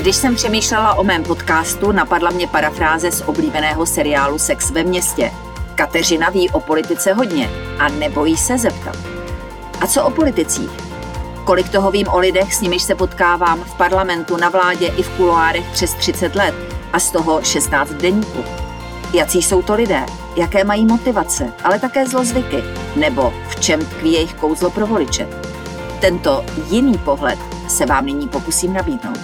Když jsem přemýšlela o mém podcastu, napadla mě parafráze z oblíbeného seriálu Sex ve městě. Kateřina ví o politice hodně a nebojí se zeptat. A co o politicích? Kolik toho vím o lidech, s nimiž se potkávám v parlamentu, na vládě i v kuloárech přes 30 let a z toho 16 deníků. Jací jsou to lidé? Jaké mají motivace, ale také zlozvyky? Nebo v čem tkví jejich kouzlo pro voliče? Tento jiný pohled se vám nyní pokusím nabídnout.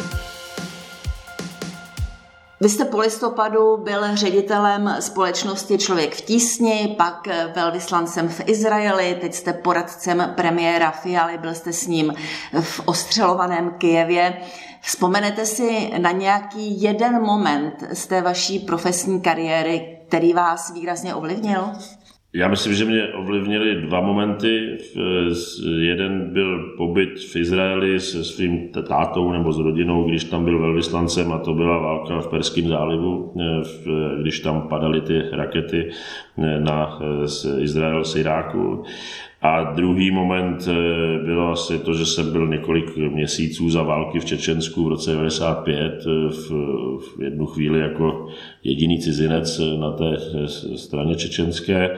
Vy jste po listopadu byl ředitelem společnosti Člověk v tísni, pak velvyslancem v Izraeli, teď jste poradcem premiéra Fialy, byl jste s ním v ostřelovaném Kyjevě. Vzpomenete si na nějaký jeden moment z té vaší profesní kariéry, který vás výrazně ovlivnil? Já myslím, že mě ovlivnily dva momenty. Jeden byl pobyt v Izraeli se svým tátou nebo s rodinou, když tam byl velvyslancem, a to byla válka v Perském zálivu, když tam padaly ty rakety na Izrael z Iráku. A druhý moment bylo asi to, že jsem byl několik měsíců za války v Čečensku v roce 1995 v jednu chvíli jako jediný cizinec na té straně čečenské.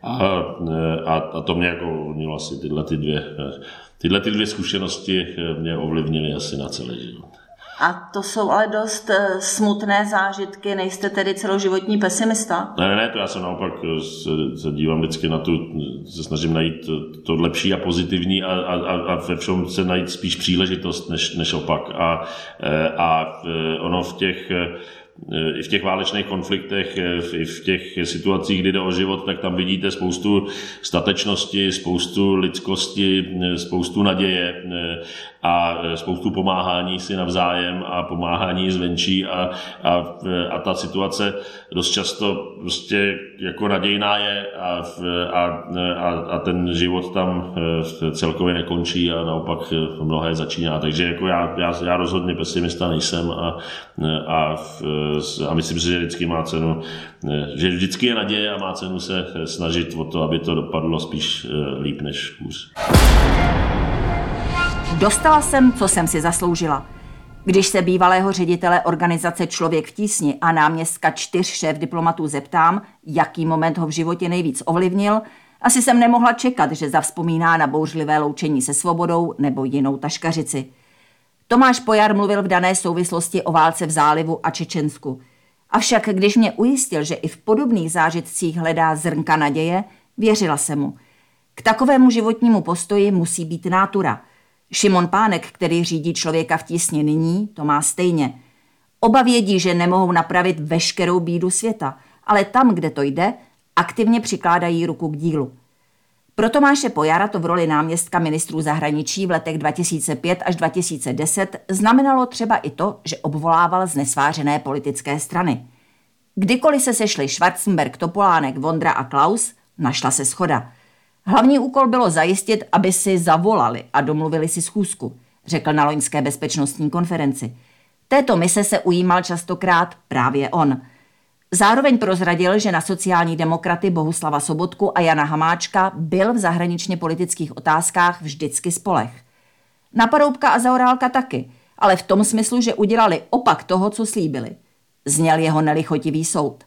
A to mě jako ovlivnilo asi tyhle dvě zkušenosti mě ovlivnily asi na celý život. A to jsou ale dost smutné zážitky, nejste tedy celoživotní pesimista? Ne, to já se naopak se dívám vždycky na se snažím najít to lepší a pozitivní a ve všem se najít spíš příležitost než opak. A ono i v těch válečných konfliktech, i v těch situacích, kdy jde o život, tak tam vidíte spoustu statečnosti, spoustu lidskosti, spoustu naděje a spoustu pomáhání si navzájem a pomáhání zvenčí a ta situace dost často prostě jako nadějná je a ten život tam celkově nekončí a naopak mnohé začíná. Takže jako já rozhodně pesimista nejsem a myslím si, že vždycky má cenu, že vždycky je naděje a má cenu se snažit o to, aby to dopadlo spíš líp než hůř. Dostala jsem, co jsem si zasloužila. Když se bývalého ředitele organizace Člověk v tísni a náměstka 4 šéf diplomatů zeptám, jaký moment ho v životě nejvíc ovlivnil, asi jsem nemohla čekat, že zavzpomíná na bouřlivé loučení se svobodou nebo jinou taškařici. Tomáš Pojar mluvil v dané souvislosti o válce v zálivu a Čečensku. Avšak když mě ujistil, že i v podobných zážitcích hledá zrnka naděje, věřila jsem mu. K takovému životnímu postoji musí být nátura. Šimon Pánek, který řídí Člověka v tísni nyní, to má stejně. Oba vědí, že nemohou napravit veškerou bídu světa, ale tam, kde to jde, aktivně přikládají ruku k dílu. Pro Tomáše Pojara to v roli náměstka ministrů zahraničí v letech 2005 až 2010 znamenalo třeba i to, že obvolával znesvářené politické strany. Kdykoliv se sešli Schwarzenberg, Topolánek, Vondra a Klaus, našla se shoda. Hlavní úkol bylo zajistit, aby si zavolali a domluvili si schůzku, řekl na loňské bezpečnostní konferenci. Této mise se ujímal častokrát právě on. Zároveň prozradil, že na sociální demokraty Bohuslava Sobotku a Jana Hamáčka byl v zahraničně politických otázkách vždycky spoleh. Na Paroubka a Zaorálka taky, ale v tom smyslu, že udělali opak toho, co slíbili. Zněl jeho nelichotivý soud.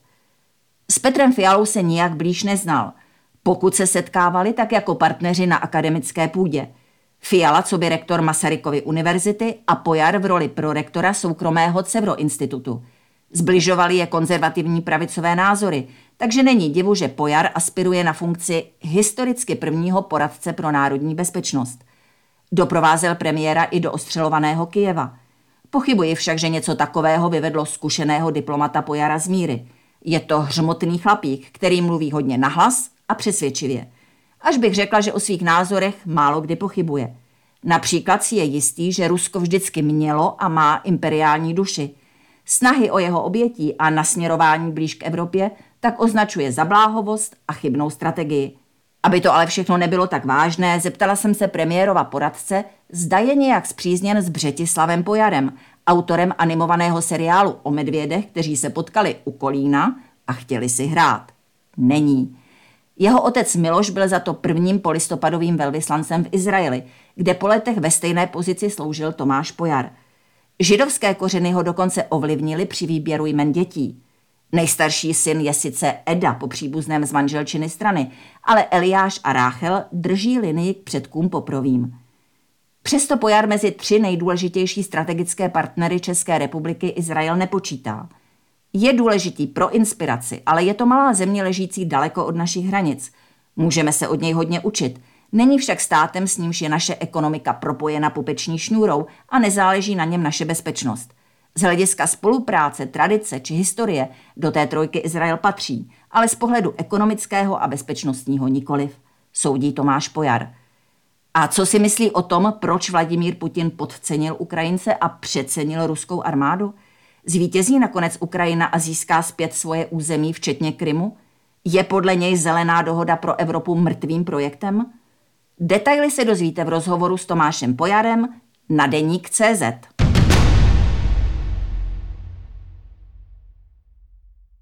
S Petrem Fialou se nijak blíž neznal. Pokud se setkávali, tak jako partneři na akademické půdě. Fiala coby rektor Masarykovy univerzity a Pojar v roli prorektora soukromého Cevro institutu. Zbližovali je konzervativní pravicové názory, takže není divu, že Pojar aspiruje na funkci historicky prvního poradce pro národní bezpečnost. Doprovázel premiéra i do ostřelovaného Kyjeva. Pochybuji však, že něco takového vyvedlo zkušeného diplomata Pojara z míry. Je to hřmotný chlapík, který mluví hodně nahlas a přesvědčivě. Až bych řekla, že o svých názorech málo kdy pochybuje. Například si je jistý, že Rusko vždycky mělo a má imperiální duši. Snahy o jeho obětí a nasměrování blíž k Evropě tak označuje za bláhovost a chybnou strategii. Aby to ale všechno nebylo tak vážné, zeptala jsem se premiérova poradce, zda je nějak spřízněn s Břetislavem Pojarem, autorem animovaného seriálu o medvědech, kteří se potkali u Kolína a chtěli si hrát. Není. Jeho otec Miloš byl za to prvním polistopadovým velvyslancem v Izraeli, kde po letech ve stejné pozici sloužil Tomáš Pojar. Židovské kořeny ho dokonce ovlivnily při výběru jmen dětí. Nejstarší syn je sice Eda po příbuzném z manželčiny strany, ale Eliáš a Ráchel drží linii k předkům poprovým. Přesto Pojar mezi 3 nejdůležitější strategické partnery České republiky Izrael nepočítá. Je důležitý pro inspiraci, ale je to malá země ležící daleko od našich hranic. Můžeme se od něj hodně učit. Není však státem, s nímž je naše ekonomika propojena pupeční šňůrou a nezáleží na něm naše bezpečnost. Z hlediska spolupráce, tradice či historie do té trojky Izrael patří, ale z pohledu ekonomického a bezpečnostního nikoliv, soudí Tomáš Pojar. A co si myslí o tom, proč Vladimír Putin podcenil Ukrajince a přecenil ruskou armádu? Zvítězí nakonec Ukrajina a získá zpět svoje území, včetně Krymu? Je podle něj zelená dohoda pro Evropu mrtvým projektem? Detaily se dozvíte v rozhovoru s Tomášem Pojarem na Deník.cz.